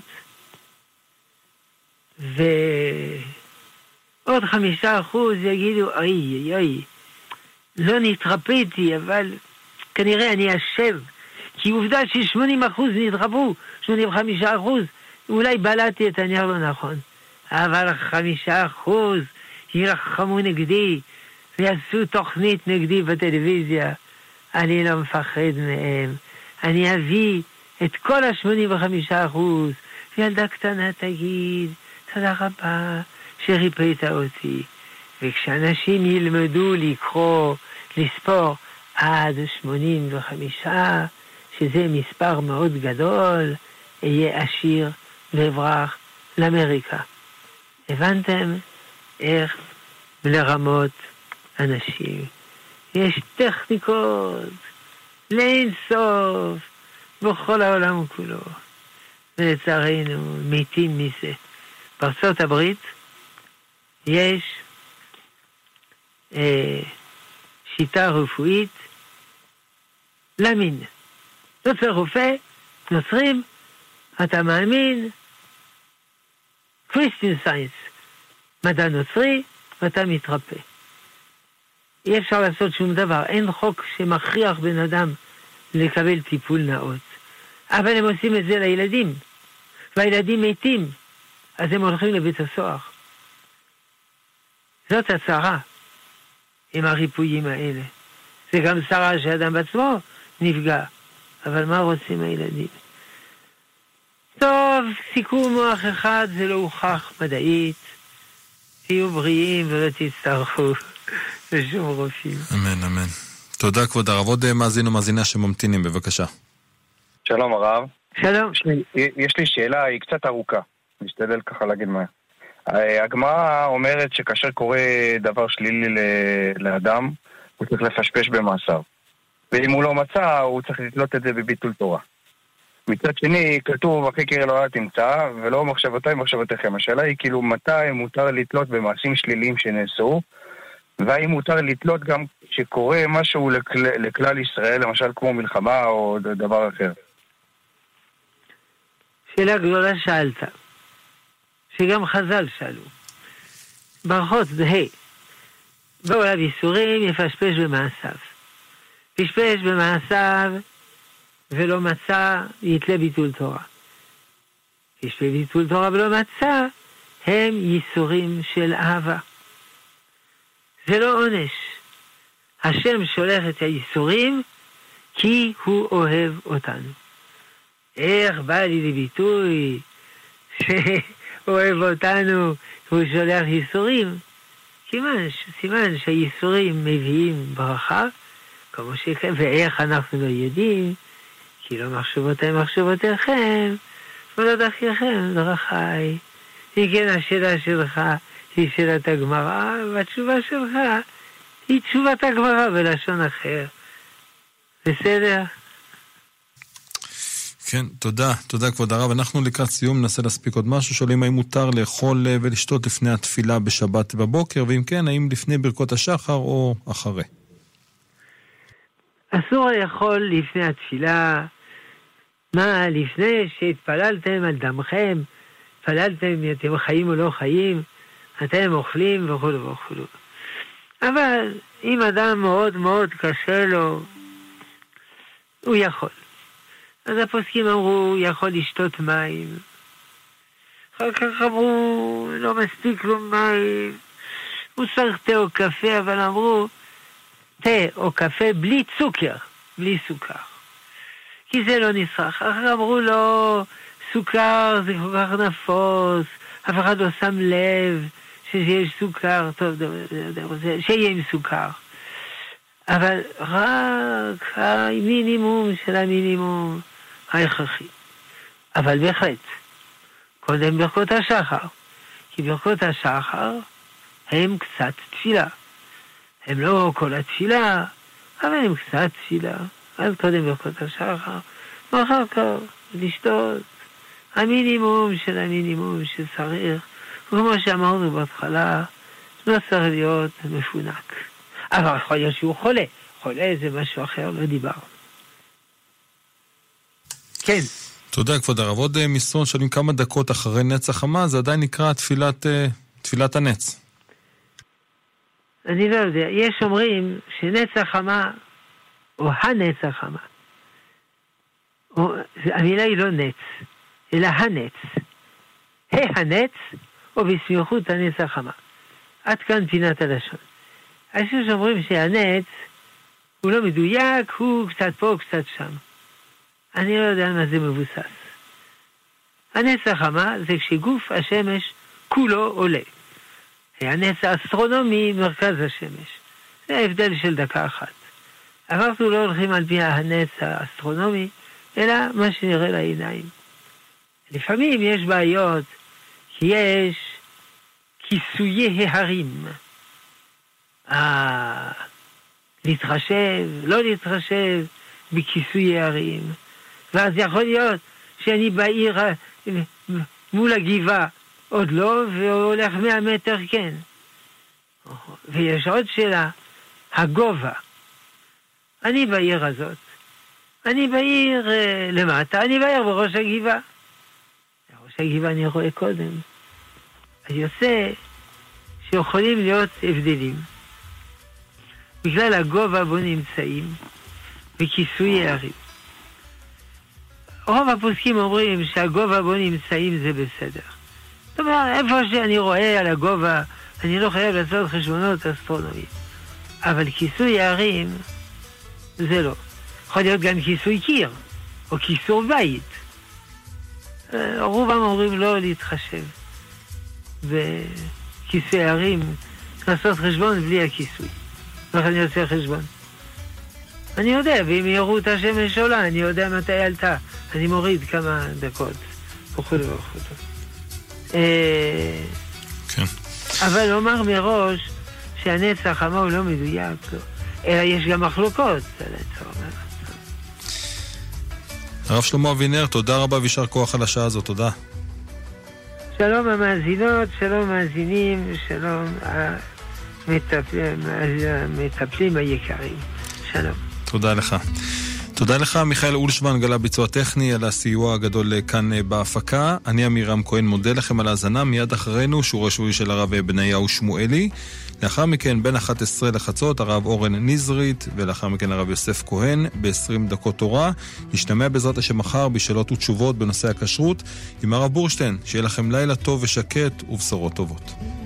ועוד 5% יגידו, אוי, לא נתרפאתי, אבל כנראה אני אשב, כי עובדה ש80% נתרפאו, 85%, אולי בלעתי את הנייר לא נכון, אבל 5% ירחמו נגדי, ויעשו תוכנית נגדי בטלוויזיה. אני לא מפחד מהם, אני אביא את כל 85%, וילדה קטנה תגיד, תודה רבה שריפאת אותי. וכשאנשים ילמדו לקרוא, לספור עד 85, שזה מספר מאוד גדול, אהיה עשיר ואברח לאמריקה. הבנתם איך לרמות אנשים? יש טכניקות לאין סוף בכל העולם כולו, ולצערנו מתים מזה. בארצות הברית יש שיטה רפואית למין. לא צריך רופא, נוצרים, אתה מאמין, קריסטיאן סיינס, מדע נוצרי, ואתה מתרפא. אי אפשר לעשות שום דבר, אין חוק שמכריח בן אדם לקבל טיפול נאות. אבל הם עושים את זה לילדים, והילדים מתים, אז הם הולכים לבית הסוהר. זאת הצרה עם הריפויים האלה. זה גם צרה שאדם בעצמו נפגע, אבל מה רוצים הילדים? טוב, סיכום מוח אחד זה לא הוכח מדעית, תהיו בריאים ולא תצטרכו לשום רופאים. אמן, אמן. תודה כבוד הרב. עוד מאזין ומאזינה שממתינים, בבקשה. שלום הרב. שלום. יש לי שאלה, היא קצת ארוכה. נשתדל ככה להגיד מה. הגמרא אומרת שכאשר קורה דבר שלילי לאדם, הוא צריך לפשפש במעשיו. ואם הוא לא מצא, הוא צריך לתלות את זה בביטול תורה. מצד שני, כתוב, החקר אלוהי תמצא, ולא מחשבותיי מחשבותיכם. השאלה היא כאילו מתי מותר לתלות במעשים שליליים שנעשו, והאם מותר לתלות גם שקורה משהו לכלל ישראל, למשל כמו מלחמה או דבר אחר. שאלה גדולה שאלת, שגם חז"ל שאלו. ברכות זה בעולם ייסורים יפשפש במעשיו. פשפש במעשיו ולא מצא, יתלה ביטול תורה. פשפש ביטול תורה ולא מצא, הם ייסורים של אהבה. זה לא עונש. השם שולח את הייסורים כי הוא אוהב אותנו. איך בא לי לביטוי שאוהב אותנו והוא שולח ייסורים? סימן שהייסורים מביאים ברכה, כמו שכן, ואיך אנחנו לא יודעים, כי לא מחשבותיי מחשבותיכם, ולא דרכיכם דרכיי. אם כן, השאלה שלך היא שאלת הגמרא, והתשובה שלך היא תשובת הגמרא בלשון אחר. בסדר? כן, תודה כבוד הרב. אנחנו לקראת סיום ננסה להספיק עוד משהו. שואלים האם מותר לאכול ולשתות לפני התפילה בשבת בבוקר, ואם כן, האם לפני ברכות השחר או אחרי? אסור לאכול לפני התפילה. מה, לפני שהתפללתם על דמכם, התפללתם אם אתם חיים או לא חיים, אתם אוכלים וכו' וכו'. אבל אם אדם מאוד מאוד קשה לו, הוא יכול. אז הפוסקים אמרו, הוא יכול לשתות מים. אחר כך אמרו, לא מספיק לו מים. הוא צריך תה או קפה, אבל אמרו, תה או קפה בלי צוקר, בלי סוכר. כי זה לא נצרך. אחר אמרו לו, סוכר זה כל כך נפוץ, אף אחד לא שם לב שיש סוכר, טוב, שיהיה עם סוכר. אבל רק המינימום של המינימום ההכרחי. אבל בהחלט, קודם ברכות השחר, כי ברכות השחר הם קצת תפילה. הם לא כל התפילה, אבל הם קצת תפילה. אז קודם ברכות השחר, ואחר כך לשתות המינימום של המינימום שצריך, וכמו שאמרנו בהתחלה, לא צריך להיות מפונק. אבל יכול להיות שהוא חולה. חולה זה משהו אחר, לא דיברנו. כן. תודה כבוד הרב. עוד מסרון שואלים כמה דקות אחרי נץ החמה, זה עדיין נקרא תפילת הנץ. אני לא יודע. יש אומרים שנץ החמה, או הנץ החמה, המילה היא לא נץ, אלא הנץ. הנץ, או בסמיכות הנץ החמה. עד כאן פינת הלשון. אז שאומרים שהנץ הוא לא מדויק, הוא קצת פה, קצת שם. אני לא יודע על מה זה מבוסס. הנץ החמה זה כשגוף השמש כולו עולה. הנץ האסטרונומי מרכז השמש. זה ההבדל של דקה אחת. אנחנו לא הולכים על פי הנץ האסטרונומי, אלא מה שנראה לעיניים. לפעמים יש בעיות, כי יש כיסויי ההרים. להתחשב, לא להתחשב בכיסויי ההרים. ואז יכול להיות שאני בעיר מול הגבעה עוד לא, והולך 100 מטר כן. ויש עוד שאלה, הגובה. אני בעיר הזאת. אני בעיר למטה, אני בעיר בראש הגבעה. בראש הגבעה אני רואה קודם. אז יוצא שיכולים להיות הבדלים. בגלל הגובה בו נמצאים וכיסוי הערים. רוב הפוסקים אומרים שהגובה בו נמצאים זה בסדר. זאת אומרת, איפה שאני רואה על הגובה, אני לא חייב לעשות חשבונות אסטרונומיים. אבל כיסוי הערים זה לא. יכול להיות גם כיסוי קיר, או כיסור בית. רובם אומרים לא להתחשב בכיסוי הערים, לעשות חשבון בלי הכיסוי. איך אני עושה חשבון? אני יודע, ואם יראו את השמש עולה, אני יודע מתי עלתה. אני מוריד כמה דקות, וכו' וכו'. כן. אבל לומר מראש שהנצח עמו הוא לא מדויק, אלא יש גם מחלוקות. הרב שלמה אבינר, תודה רבה וישר כוח על השעה הזאת, תודה. שלום המאזינות, שלום המאזינים, שלום המטפלים היקרים. שלום. תודה לך. תודה לך, מיכאל אולשוון, גלה ביצוע טכני, על הסיוע הגדול כאן בהפקה. אני אמירם כהן, מודה לכם על ההזנה. מיד אחרינו שיעור שבועי של הרב בניהו שמואלי. לאחר מכן בין 11 לחצות הרב אורן נזרית, ולאחר מכן הרב יוסף כהן ב-20 דקות תורה. נשתמע בעזרת השם מחר בשאלות ותשובות בנושא הכשרות עם הרב בורשטיין. שיהיה לכם לילה טוב ושקט ובשורות טובות.